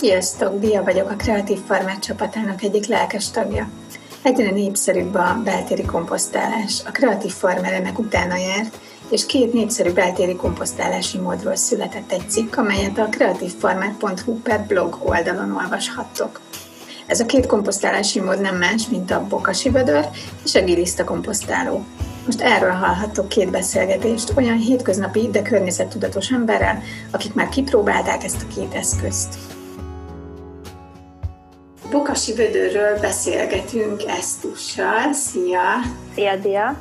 Sziasztok! Dia vagyok, a Kreatív Farmer csapatának egyik lelkes tagja. Egyre népszerűbb a beltéri komposztálás. A Kreatív Farmer ennek utána járt, és 2 népszerű beltéri komposztálási módról született egy cikk, amelyet a kreatívfarmer.hu/blog oldalon olvashattok. Ez a 2 komposztálási mód nem más, mint a bokasi vödör és a giliszta komposztáló. Most erről hallhattok 2 beszélgetést olyan hétköznapi, de környezettudatos emberrel, akik már kipróbálták ezt a 2 eszközt. Bokasi vödörről beszélgetünk Esztussal. Szia! Szia, Dia!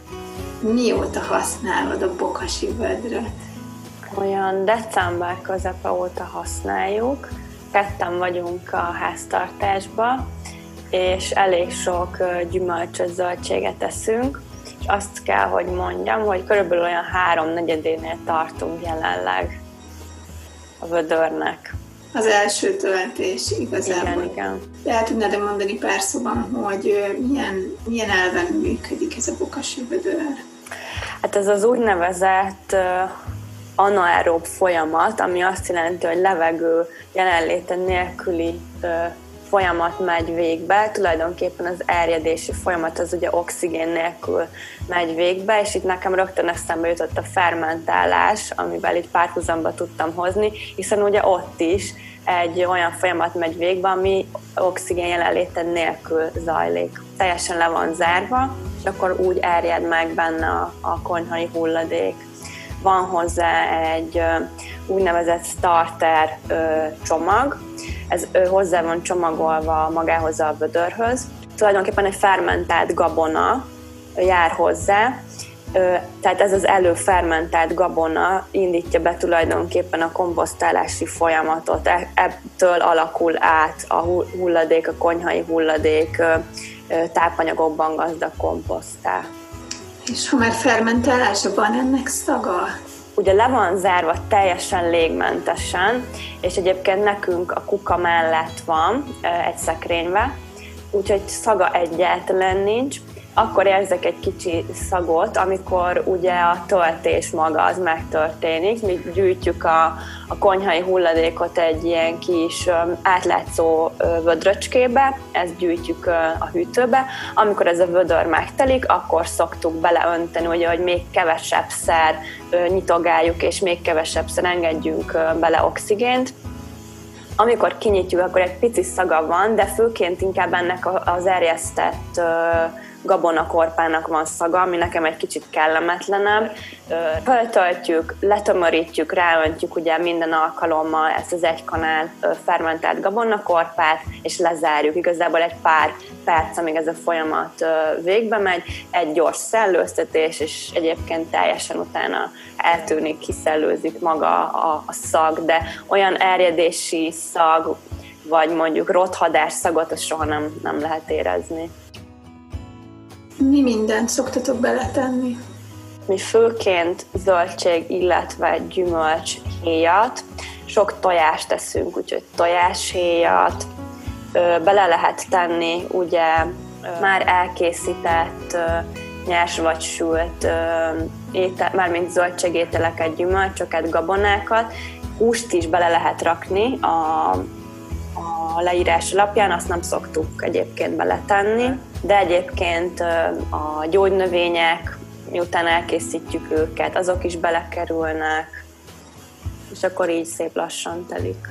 Mióta használod a bokasi vödröt? Olyan december közepe óta használjuk. 2-en vagyunk a háztartásban, és elég sok gyümölcsös zöldséget eszünk. És azt kell, hogy mondjam, hogy körülbelül olyan 3/4-énél tartunk jelenleg a vödörnek. Az első töltés igazából. Igen. El tudnád mondani pár szóban, hogy milyen elven működik ez a bokasi vödör? Hát ez az úgynevezett anaerób folyamat, ami azt jelenti, hogy levegő jelenléte nélküli folyamat megy végbe. Tulajdonképpen az erjedési folyamat az ugye oxigén nélkül megy végbe, és itt nekem rögtön eszembe jutott a fermentálás, amivel itt párhuzamba tudtam hozni, hiszen ugye ott is egy olyan folyamat megy végbe, ami oxigén jelenléte nélkül zajlik. Teljesen le van zárva, és akkor úgy erjed meg benne a konyhai hulladék. Van hozzá egy úgynevezett starter csomag, ez hozzá van csomagolva magához a vödörhöz. Tulajdonképpen egy fermentált gabona jár hozzá, tehát ez az előfermentált gabona indítja be tulajdonképpen a komposztálási folyamatot. Ebből alakul át a hulladék, a konyhai hulladék tápanyagokban gazdag komposztá. És ha már fermentálás, van ennek szaga? Ugye le van zárva teljesen légmentesen, és egyébként nekünk a kuka mellett van egy szekrénybe, úgyhogy szaga egyáltalán nincs. Akkor érzek egy kicsi szagot, amikor ugye a töltés maga az megtörténik. Mi gyűjtjük a konyhai hulladékot egy ilyen kis átlátszó vödröcskébe, ezt gyűjtjük a hűtőbe. Amikor ez a vödör megtelik, akkor szoktuk beleönteni, ugye, hogy még kevesebbszer nyitogáljuk, és még kevesebbszer engedjünk bele oxigént. Amikor kinyitjuk, akkor egy pici szaga van, de főként inkább ennek az erjesztett gabonakorpának van szaga, ami nekem egy kicsit kellemetlenebb. Föltöltjük, letömörítjük, ráöntjük ugye minden alkalommal ezt az 1 kanál fermentált gabonakorpát, és lezárjuk. Igazából egy pár perc, amíg ez a folyamat végbe megy, egy gyors szellőztetés, és egyébként teljesen utána eltűnik, kiszellőzik maga a szag, de olyan erjedési szag, vagy mondjuk rothadás szagot, azt soha nem lehet érezni. Mi mindent szoktatok beletenni? Mi főként zöldség, illetve gyümölcs héjat, sok tojást teszünk, úgyhogy tojáshéjat, bele lehet tenni ugye már elkészített nyers vagy sült mármint zöldségételeket, gyümölcsöket, gabonákat, húst is bele lehet rakni a leírás alapján, azt nem szoktuk egyébként beletenni, de egyébként a gyógynövények, miután elkészítjük őket, azok is belekerülnek, és akkor így szép lassan telik.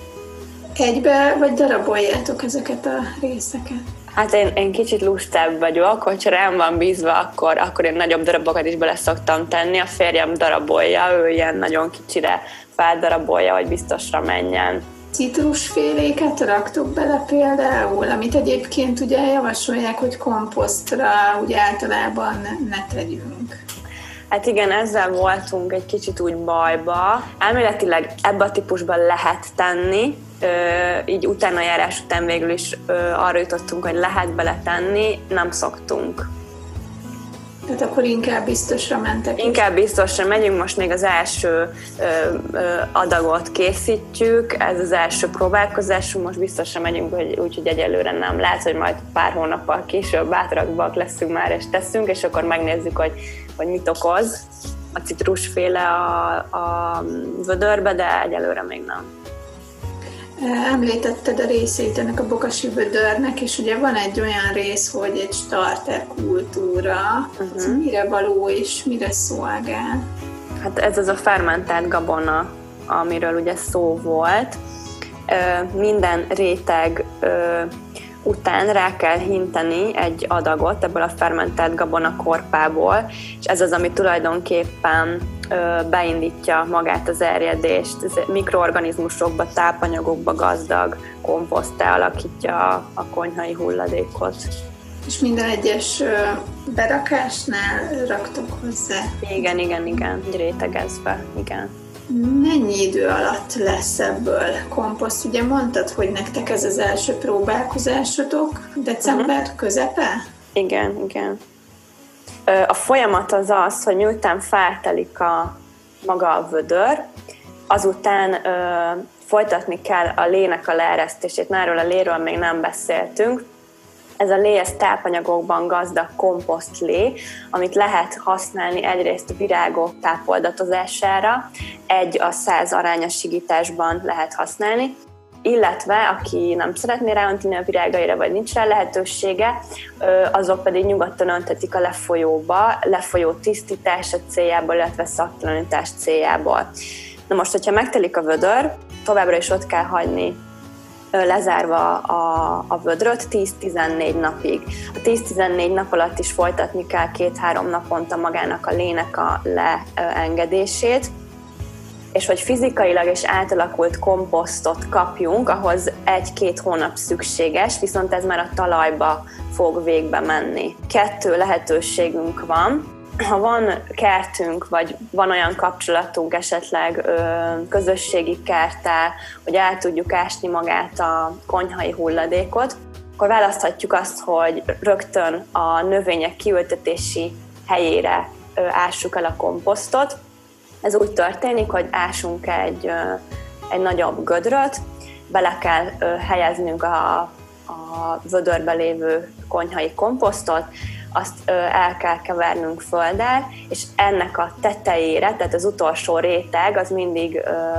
Egybe vagy daraboljátok ezeket a részeket? Hát én kicsit lustább vagyok, hogyha rám van bízva, akkor én nagyobb darabokat is bele szoktam tenni. A férjem darabolja, ő ilyen nagyon kicsire feldarabolja, hogy biztosra menjen. Citrusféléket raktok bele például, amit egyébként ugye javasolják, hogy komposztra ugye általában ne tegyünk. Hát igen, ezzel voltunk egy kicsit úgy bajba. Elméletileg ebbe a típusban lehet tenni, így utánajárás után végül is arra jutottunk, hogy lehet beletenni, nem szoktunk. Tehát akkor inkább biztosra mentek? Inkább biztosra megyünk, most még az első adagot készítjük, ez az első próbálkozásunk, most biztosra megyünk, úgyhogy egyelőre nem. Lehet, hogy majd pár hónappal később bátrabbak leszünk már és teszünk, és akkor megnézzük, hogy mit okoz a citrusféle a vödörbe, de egyelőre még nem. Említetted a részét ennek a Bokasi vödörnek, és ugye van egy olyan rész, hogy egy starter kultúra. Ez mire való és mire szolgál? Hát ez az a fermentált gabona, amiről ugye szó volt. Minden réteg után rá kell hinteni egy adagot ebből a fermentált gabonakorpából, és ez az, ami tulajdonképpen beindítja magát az erjedést. Ez mikroorganizmusokba, tápanyagokba gazdag komposzttá alakítja a konyhai hulladékot. És minden egyes berakásnál raktok hozzá? Igen, rétegezve, igen. Mennyi idő alatt lesz ebből komposzt? Ugye mondtad, hogy nektek ez az első próbálkozásotok, december közepe? Igen. A folyamat az, hogy miután feltelik maga a vödör, azután folytatni kell a lének a leeresztését. Erről a léről még nem beszéltünk. Ez a lé, ez tápanyagokban gazdag komposztlé, amit lehet használni egyrészt a virágok tápoldatozására, 1:100 arányos sigításban lehet használni, illetve aki nem szeretné ráönteni a virágaira, vagy nincs rá lehetősége, azok pedig nyugodtan öntetik a lefolyóba, lefolyó tisztítása céljából, illetve szaktalanítás céljából. Na most, hogyha megtelik a vödör, továbbra is ott kell hagyni lezárva a vödröt 10-14 napig. A 10-14 nap alatt is folytatni kell 2-3 naponta magának a lének a leengedését, és hogy fizikailag és átalakult komposztot kapjunk, ahhoz 1-2 hónap szükséges, viszont ez már a talajba fog végbe menni. 2 lehetőségünk van. Ha van kertünk, vagy van olyan kapcsolatunk esetleg közösségi kerttel, hogy el tudjuk ásni magát a konyhai hulladékot, akkor választhatjuk azt, hogy rögtön a növények kiültetési helyére ássuk el a komposztot. Ez úgy történik, hogy ásunk egy nagyobb gödröt, bele kell helyeznünk a vödörbe lévő konyhai komposztot, azt el kell kevernünk földdel, és ennek a tetejére, tehát az utolsó réteg, az mindig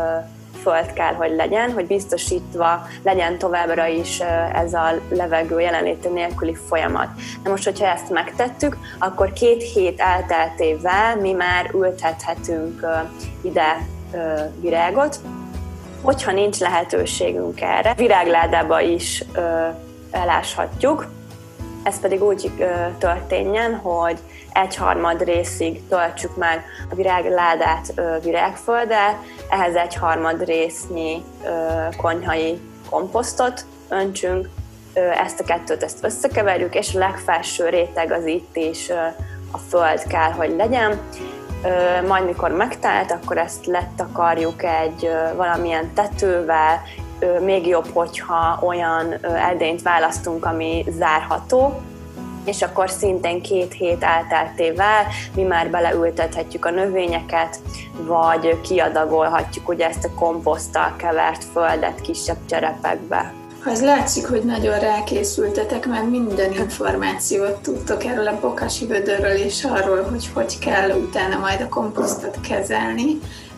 föld kell, hogy legyen, hogy biztosítva legyen továbbra is ez a levegő jelenléte nélküli folyamat. Na most, hogyha ezt megtettük, akkor 2 hét elteltével mi már ültethetünk ide virágot. Hogyha nincs lehetőségünk erre, virágládába is eláshatjuk. Ez pedig úgy történjen, hogy 1/3 részig töltsük meg a virágládát virágfölddel, ehhez 1/3 résznyi konyhai komposztot öntsünk, ezt a kettőt összekeverjük, és a legfelső réteg az itt is a föld kell, hogy legyen. Majd mikor megtált, akkor ezt letakarjuk egy valamilyen tetővel, még jobb, hogyha olyan edényt választunk, ami zárható, és akkor szintén 2 hét elteltével mi már beleültethetjük a növényeket, vagy kiadagolhatjuk ugye ezt a komposzttal kevert földet kisebb cserepekbe. Az látszik, hogy nagyon rákészültetek, mert minden információt tudtok erről a Bokasi vödörről, és arról, hogy kell utána majd a komposztot kezelni.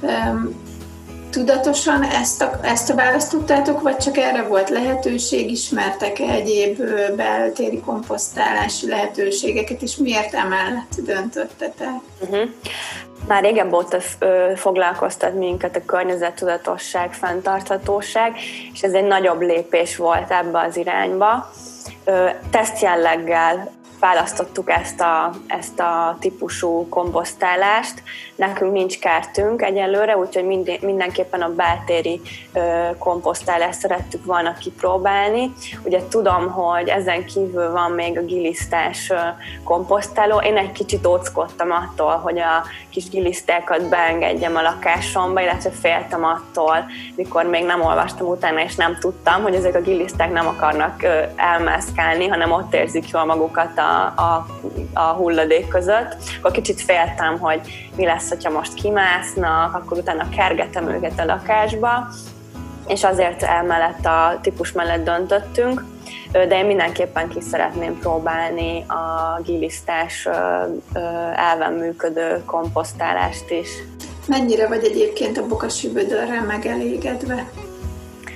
Tudatosan ezt a választ tudtátok, vagy csak erre volt lehetőség, ismertek egyéb beltéri komposztálási lehetőségeket, és miért emellett döntöttetek? Már régebb óta foglalkoztat minket a környezettudatosság, fenntarthatóság, és ez egy nagyobb lépés volt ebbe az irányba. Tesztjelleggel választottuk ezt a típusú komposztálást. Nekünk nincs kertünk egyelőre, úgyhogy mindenképpen a beltéri komposztálást szerettük volna kipróbálni. Ugye tudom, hogy ezen kívül van még a gilisztás komposztáló. Én egy kicsit óckodtam attól, hogy a kis gilisztákat beengedjem a lakásomba, illetve féltem attól, mikor még nem olvastam utána, és nem tudtam, hogy ezek a giliszták nem akarnak elmászkálni, hanem ott érzik jól magukat a hulladék között. Akkor kicsit féltem, hogy mi lesz, hogyha most kimásznak, akkor utána kergetem őket a lakásba, és azért emellett a típus mellett döntöttünk, de én mindenképpen ki szeretném próbálni a gilisztás elven működő komposztálást is. Mennyire vagy egyébként a Bokasi vödörrel megelégedve?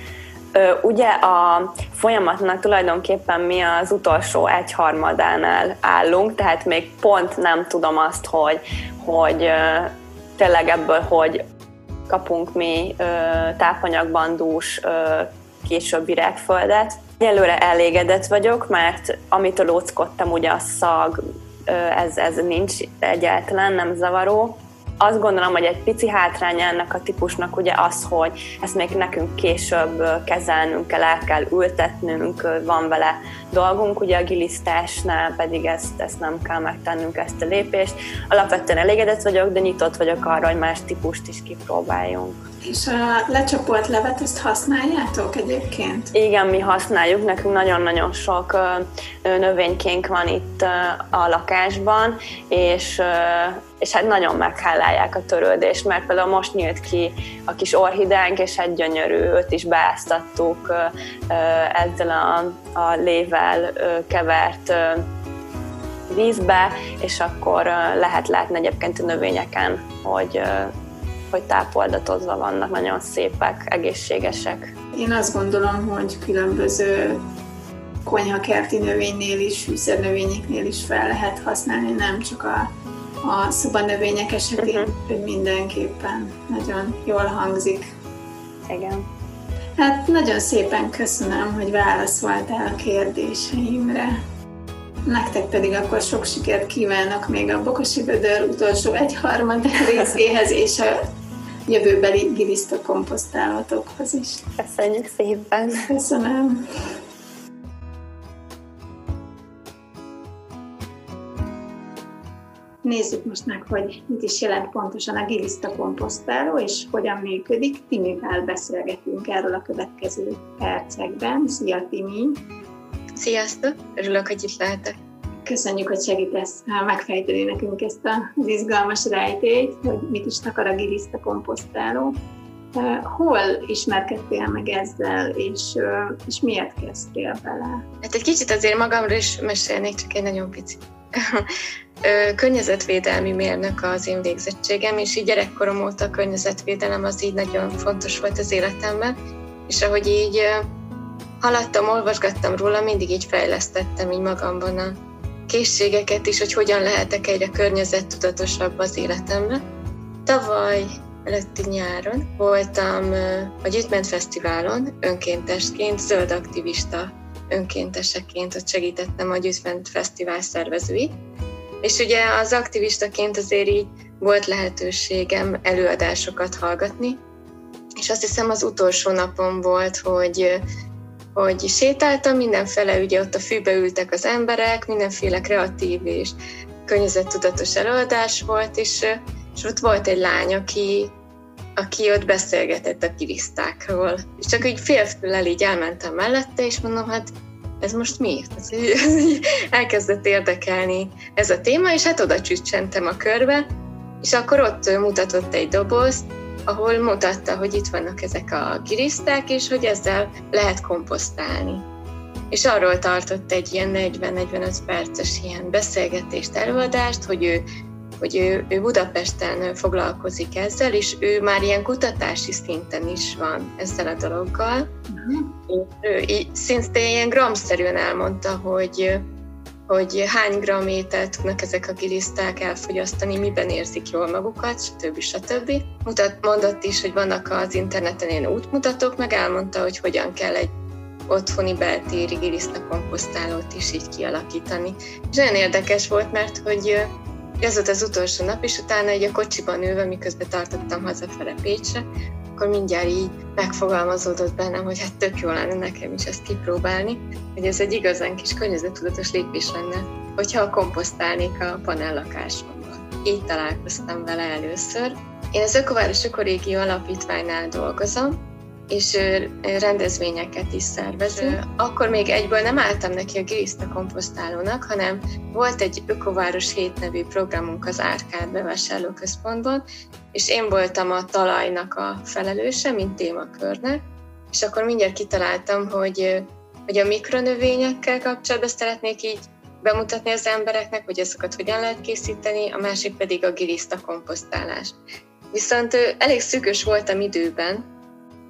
Ugye a folyamatnak tulajdonképpen mi az utolsó 1/3-ánál állunk, tehát még pont nem tudom azt, hogy tényleg ebből, hogy kapunk mi tápanyagban dús később virágföldet. Egyelőre elégedett vagyok, mert amitől óckodtam, ugye a szag, ez nincs egyáltalán, nem zavaró. Azt gondolom, hogy egy pici hátránya ennek a típusnak ugye az, hogy ezt még nekünk később kezelnünk kell, el kell ültetnünk, van vele dolgunk, ugye a gilisztásnál pedig ezt nem kell megtennünk, ezt a lépést. Alapvetően elégedett vagyok, de nyitott vagyok arra, hogy más típust is kipróbáljunk. És a lecsapolt levet, ezt használjátok egyébként? Igen, mi használjuk, nekünk nagyon-nagyon sok növénykénk van itt a lakásban, és hát nagyon meghálálják a törődést, mert például most nyílt ki a kis orchidánk, és egy gyönyörű, őt is beáztattuk ezzel a lével kevert vízbe, és akkor lehet látni egyébként a növényeken, hogy tápoldatozva vannak, nagyon szépek, egészségesek. Én azt gondolom, hogy különböző konyhakerti növénynél is, fűszernövényeknél is fel lehet használni, nem csak a szobanövények esetén, hogy mindenképpen nagyon jól hangzik. Igen. Hát nagyon szépen köszönöm, hogy válaszoltál a kérdéseimre. Nektek pedig akkor sok sikert kívánok még a Bokosi Vödör utolsó 1/3 részéhez, és a jövőbeli giliszta komposztálótokhoz is. Köszönjük szépen! Köszönöm! Nézzük most meg, hogy mit is jelent pontosan a giliszta komposztáló, és hogyan működik. Timivel beszélgetünk erről a következő percekben. Szia, Timi! Sziasztok! Örülök, hogy itt lehetek. Köszönjük, hogy segítesz megfejteni nekünk ezt az izgalmas rejtélyt, hogy mit is takar a giliszta komposztáló. Hol ismerkedtél meg ezzel, és miért kezdtél bele? Hát egy kicsit azért magamról is mesélnék, csak egy nagyon pici. Környezetvédelmi mérnök az én végzettségem, és így gyerekkorom óta a környezetvédelem az így nagyon fontos volt az életemben, és ahogy így haladtam, olvasgattam róla, mindig így fejlesztettem így magamban a készségeket is, hogy hogyan lehetek egyre környezettudatosabb az életemben. Tavaly előtti nyáron voltam a Gyűjtment Fesztiválon önkéntesként, zöld aktivista önkénteseként, ott segítettem a Gyűjtment Fesztivál szervezőit. És ugye az aktivistaként azért így volt lehetőségem előadásokat hallgatni, és azt hiszem az utolsó napon volt, hogy sétáltam mindenfele, ugye ott a fűbe ültek az emberek, mindenféle kreatív és környezettudatos előadás volt, és ott volt egy lány, aki ott beszélgetett a gilisztákról. És csak így félfüllel így elmentem mellette, és mondom, hát ez most mi? Elkezdett érdekelni ez a téma, és hát oda csüccsentem a körbe, és akkor ott mutatott egy dobozt, ahol mutatta, hogy itt vannak ezek a giliszták, és hogy ezzel lehet komposztálni. És arról tartott egy ilyen 40-45 perces ilyen beszélgetést, előadást, hogy ő Budapesten foglalkozik ezzel, és ő már ilyen kutatási szinten is van ezzel a dologgal. Ő szinte ilyen gramszerűen elmondta, hogy hány gramm ételt tudnak ezek a giliszták elfogyasztani, miben érzik jól magukat, stb. Mondott is, hogy vannak az interneten ilyen útmutatók, meg elmondta, hogy hogyan kell egy otthoni beltéri giliszta komposztálót is így kialakítani. És nagyon érdekes volt, mert hogy ez volt az utolsó nap, és utána egy a kocsiban ülve, miközben tartottam hazafele Pécsre, akkor mindjárt így megfogalmazódott bennem, hogy hát tök jó lenne nekem is ezt kipróbálni, hogy ez egy igazán kis környezettudatos lépés lenne, hogyha komposztálnék a panellakásomban. Így találkoztam vele először. Én az Ökováros Ökorégió Alapítványnál dolgozom, és rendezvényeket is szervezünk. Akkor még egyből nem álltam neki a giliszta komposztálónak, hanem volt egy Ökováros 7 nevű programunk az Árkád bevásárlóközpontban, és én voltam a talajnak a felelőse, mint témakörnek, és akkor mindjárt kitaláltam, hogy a mikronövényekkel kapcsolatban szeretnék így bemutatni az embereknek, hogy azokat hogyan lehet készíteni, a másik pedig a giliszta komposztálás. Viszont elég szűkös voltam időben,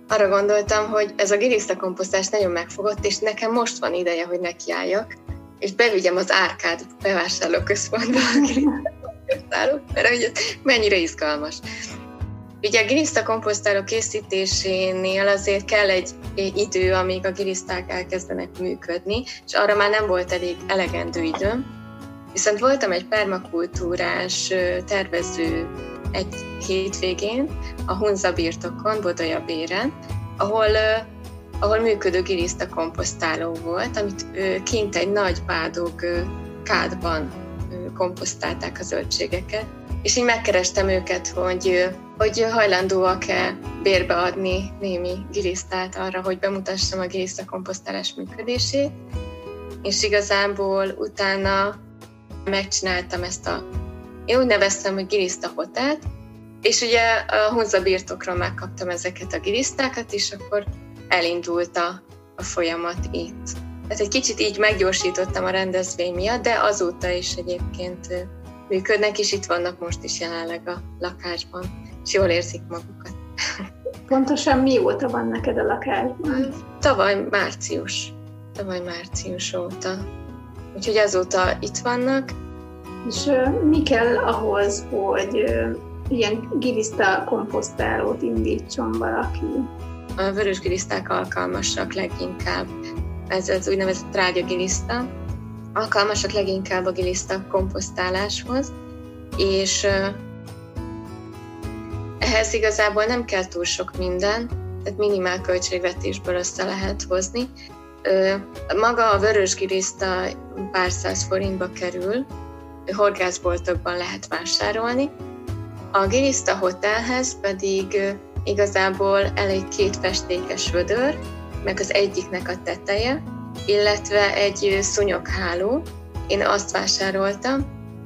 arra gondoltam, hogy ez a gilisztakomposztás nagyon megfogott, és nekem most van ideje, hogy nekiálljak, és bevigyem az Árkád bevásárlóközpontba a gilisztakomposztálót, mert hogy mennyire izgalmas. Ugye a gilisztakomposztáló készítésénél azért kell egy idő, amíg a giliszták elkezdenek működni, és arra már nem volt elég elegendő időm. Viszont voltam egy permakultúrás tervező egy hétvégén a Hunza birtokon, Bodolyabéren, ahol működő gilisztakomposztáló volt, amit kint egy nagy bádog kádban komposztálták a zöldségeket. És így megkerestem őket, hogy hajlandóak-e bérbeadni némi gilisztát arra, hogy bemutassam a gilisztakomposztálás működését. És igazából utána megcsináltam én úgy neveztem, hogy gilisztahotelt, és ugye a Hunza birtokról megkaptam ezeket a gilisztákat, és akkor elindult a folyamat itt. Tehát egy kicsit így meggyorsítottam a rendezvény miatt, de azóta is egyébként működnek, és itt vannak most is jelenleg a lakásban, és jól érzik magukat. Pontosan mióta van neked a lakásban? Tavaly március óta. Úgyhogy azóta itt vannak. És mi kell ahhoz, hogy ilyen gilisztakomposztálót indítson valaki? A vörös giliszták alkalmasak leginkább. Ez az úgynevezett trágyagiliszta. Alkalmasak leginkább a gilisztakomposztáláshoz, és ehhez igazából nem kell túl sok minden, tehát minimál költségvetésből össze lehet hozni. Maga a vörös giliszta pár száz forintba kerül, horgászboltokban lehet vásárolni. A gilisztahotelhez pedig igazából elég 2 festékes vödör, meg az egyiknek a teteje, illetve egy szúnyogháló. Én azt vásároltam.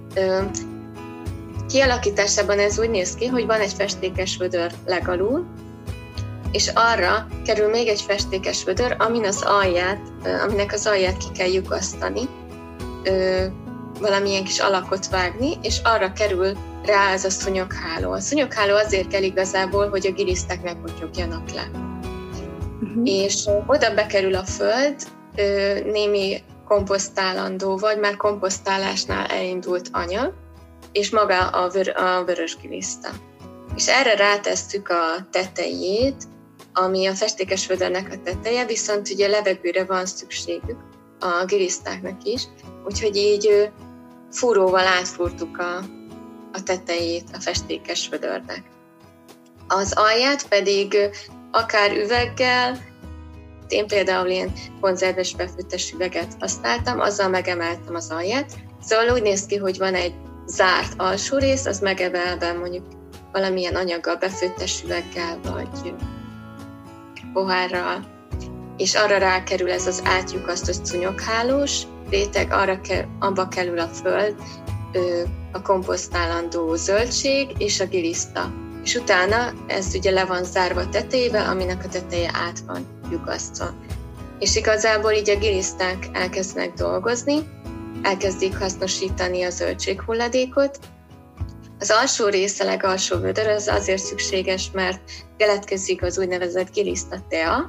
Kialakításában ez úgy néz ki, hogy van egy festékes vödör legalul, és arra kerül még egy festékes vödör, aminek az alját ki kell lyukasztani, valamilyen kis alakot vágni, és arra kerül rá ez a szúnyogháló. A szúnyogháló azért kell igazából, hogy a giliszták ne potyogjanak le. És oda bekerül a föld, némi komposztálandó, vagy már komposztálásnál elindult anyag, és maga a vörös giliszta. És erre rátesszük a tetejét, ami a festékes vödörnek a teteje, viszont ugye levegőre van szükségük a gilisztáknak is, úgyhogy így fúróval átfúrtuk a tetejét a festékes vödörnek. Az alját pedig akár üveggel, én például ilyen konzerves befőttes üveget használtam, azzal megemeltem az alját. Szóval úgy néz ki, hogy van egy zárt alsó rész, az megemelve mondjuk valamilyen anyaggal, befőttes üveggel, vagy pohárral, és arra rákerül ez az átlyukasztott szúnyoghálós réteg, abba kerül a föld, a komposztálandó zöldség és a giliszta. És utána ez ugye le van zárva a tetejével, aminek a teteje át van lyukasztva. És igazából így a giliszták elkezdenek dolgozni, elkezdik hasznosítani a zöldséghulladékot. Az alsó része, legalsó vödör az azért szükséges, mert keletkezik az úgynevezett gilisztatea,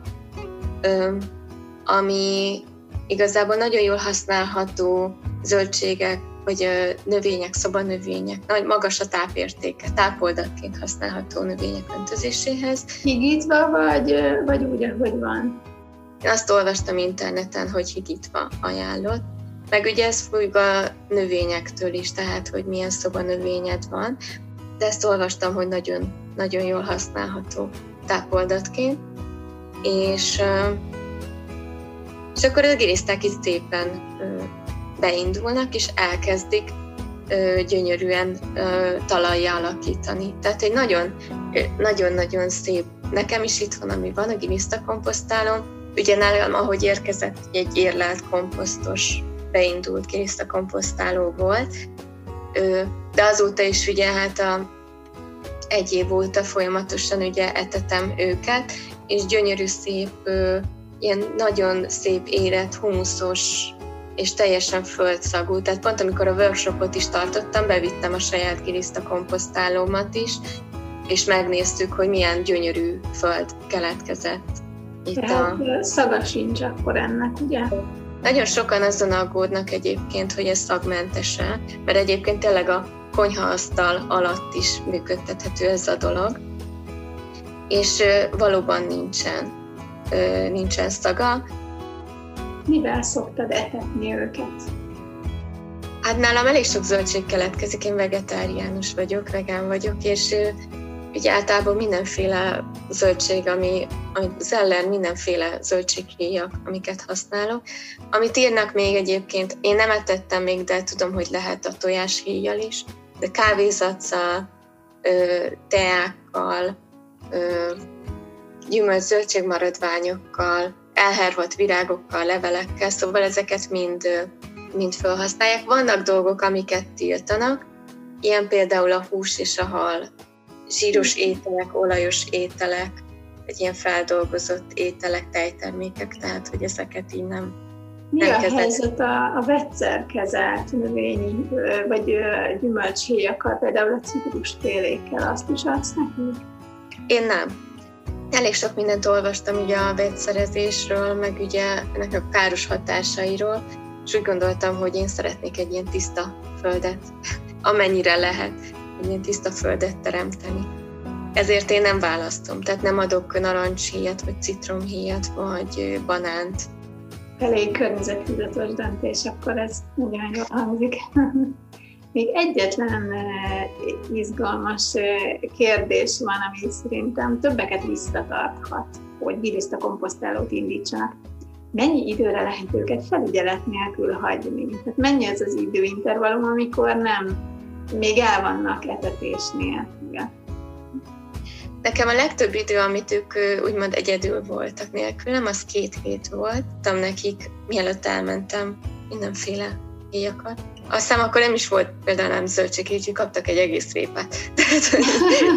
ami igazából nagyon jól használható zöldségek, vagy növények, szobanövények, nagy magas a tápértéke, tápoldatként használható növények öntözéséhez. Higítva, vagy úgy, ahogy van? Én azt olvastam interneten, hogy higítva ajánlott. Meg ugye ez függ a növényektől is, tehát hogy milyen szobanövényed van, de ezt olvastam, hogy nagyon, nagyon jól használható tápoldatként. És akkor a giliszták itt szépen beindulnak, és elkezdik gyönyörűen talajjá alakítani. Tehát egy nagyon-nagyon szép, nekem is itthon, ami van, a gilisztakomposztálom, ugye nálam, ahogy érkezett, egy érlelt komposztos, beindult gilisztakomposztáló volt, de azóta is ugye egy év óta folyamatosan ugye etetem őket, és gyönyörű szép, ilyen nagyon szép érett, humuszos, és teljesen földszagú. Tehát pont amikor a workshopot is tartottam, bevittem a saját gilisztakomposztálómat is, és megnéztük, hogy milyen gyönyörű föld keletkezett. Szaga sincs akkor ennek, ugye? Nagyon sokan azon aggódnak egyébként, hogy ez szagmentese, mert egyébként tényleg a konyhaasztal alatt is működtethető ez a dolog, és valóban nincsen szaga. Mivel szoktad etetni őket? Hát nálam elég sok zöldség keletkezik, én vegetáriánus vagyok, vegán vagyok, és ugye általában mindenféle zöldség, ami zeller, mindenféle zöldséghéjak, amiket használok. Amit írnak még egyébként, én nem etettem még, de tudom, hogy lehet a tojáshéjjal is, de kávézaccal, teákkal, gyümölcs zöldségmaradványokkal, elhervadt virágokkal, levelekkel, szóval ezeket mind felhasználják. Vannak dolgok, amiket tiltanak, ilyen például a hús és a hal, zsíros ételek, olajos ételek, egy ilyen feldolgozott ételek, tejtermékek, tehát hogy ezeket így nem Mi a helyzet a vegyszerkezelt növényi vagy gyümölcshéjakkal, például a citrusfélékkel, azt is adsz nekünk? Én nem. Elég sok mindent olvastam ugye a vegyszerezésről, meg ugye ennek a káros hatásairól, és úgy gondoltam, hogy én szeretnék egy ilyen tiszta földet, amennyire lehet, egy ilyen tiszta földet teremteni. Ezért én nem választom, tehát nem adok narancshéjat, vagy citromhéjat, vagy banánt. Elég környezettudatos döntés, akkor ez nagyon jól hangzik. Még egyetlen izgalmas kérdés van, ami szerintem többeket visszatarthat, hogy gilisztakomposztálót indítsanak. Mennyi időre lehet őket felügyelet nélkül hagyni? Tehát mennyi ez az időintervallum, amikor nem, még el vannak etetésnél? Nekem a legtöbb idő, amit ők úgymond egyedül voltak nélkülem, az 2 hét volt. Tudtam nekik, mielőtt elmentem, mindenféle héjakat. Aztán akkor nem is volt például nem zöldség, így kaptak egy egész répát. Tehát,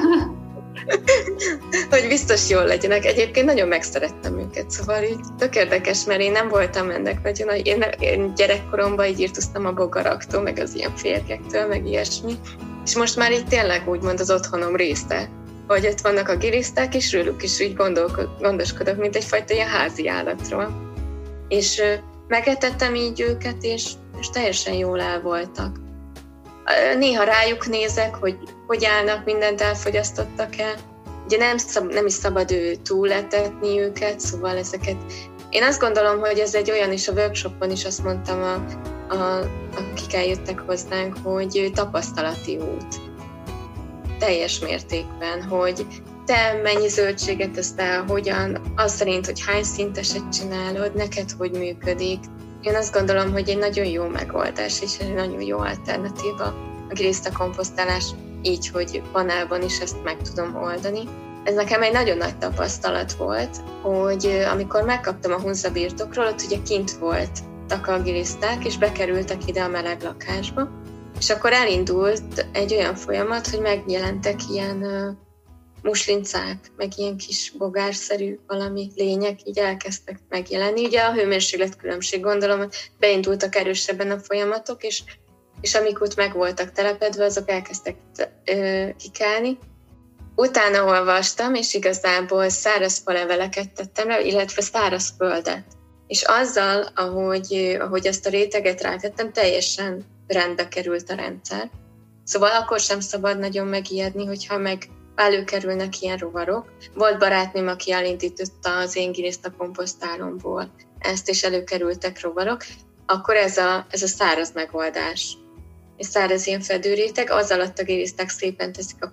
hogy biztos jól legyenek. Egyébként nagyon megszerettem őket, szóval így tök érdekes, mert én nem voltam ennek nagyon. Én gyerekkoromban így írtoztam a bogaraktól, meg az ilyen férgektől, meg ilyesmi. És most már így tényleg úgymond az otthonom része, hogy ott vannak a giliszták, és róluk is úgy gondoskodok, mint egyfajta ilyen házi állatról. És megetettem így őket, és teljesen jól el voltak. Néha rájuk nézek, hogy állnak, mindent elfogyasztottak-e. Ugye nem is szabad túletetni őket, szóval ezeket... Én azt gondolom, hogy ez egy olyan, és a workshopon is azt mondtam, akik eljöttek hozzánk, hogy tapasztalati út. Teljes mértékben, hogy te mennyi zöldséget teszel, hogyan, az szerint, hogy hány szinteset csinálod, neked hogy működik. Én azt gondolom, hogy egy nagyon jó megoldás, és egy nagyon jó alternatíva a gilisztakomposztálás, így, hogy panelban is ezt meg tudom oldani. Ez nekem egy nagyon nagy tapasztalat volt, hogy amikor megkaptam a Hunza birtokról, ott ugye kint voltak a giliszták, és bekerültek ide a meleg lakásba, és akkor elindult egy olyan folyamat, hogy megjelentek ilyen muslincák, meg ilyen kis bogárszerű valami lények, így elkezdtek megjelenni. Ugye a hőmérséklet különbség, gondolom, hogy beindultak erősebben a folyamatok, és amik ott meg voltak telepedve, azok elkezdtek kikelni. Utána olvastam, és igazából száraz faleveleket tettem le, illetve száraz földet. És azzal, ahogy ezt a réteget rátettem, teljesen rendbe került a rendszer. Szóval akkor sem szabad nagyon megijedni, hogyha előkerülnek ilyen rovarok. Volt barátnőm, aki elindította az én gilisztakomposztálomból ezt, és előkerültek rovarok, akkor ez a száraz megoldás. És száraz ilyen fedőréteg, az alatt a giliszták szépen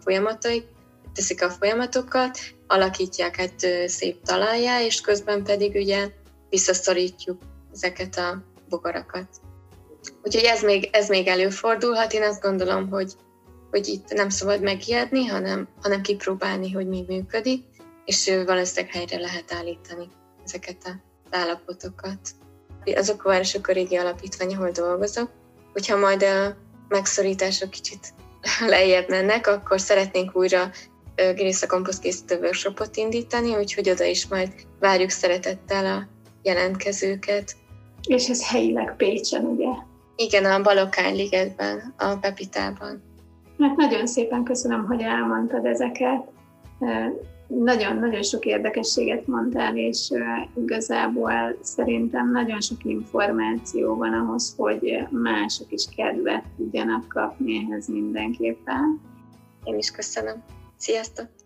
teszik a folyamatokat, alakítják szép talajjá, és közben pedig ugye visszaszorítjuk ezeket a bogarakat. Úgyhogy ez még előfordulhat. Én azt gondolom, hogy itt nem szabad megijedni, hanem kipróbálni, hogy mi működik, és valószínűleg helyre lehet állítani ezeket az állapotokat. Az Ökovárosok Régi Alapítvány, ahol dolgozok, hogyha majd a megszorítások kicsit lejjebb mennek, akkor szeretnénk újra gilisztakomposztkészítő workshopot indítani, úgyhogy oda is majd várjuk szeretettel a jelentkezőket. És ez helyileg Pécsen, ugye? Igen, a Balokány ligetben, a Pepitában. Hát nagyon szépen köszönöm, hogy elmondtad ezeket. Nagyon-nagyon sok érdekességet mondtál, és igazából szerintem nagyon sok információ van ahhoz, hogy mások is kedvet tudjanak kapni ehhez mindenképpen. Én is köszönöm. Sziasztok!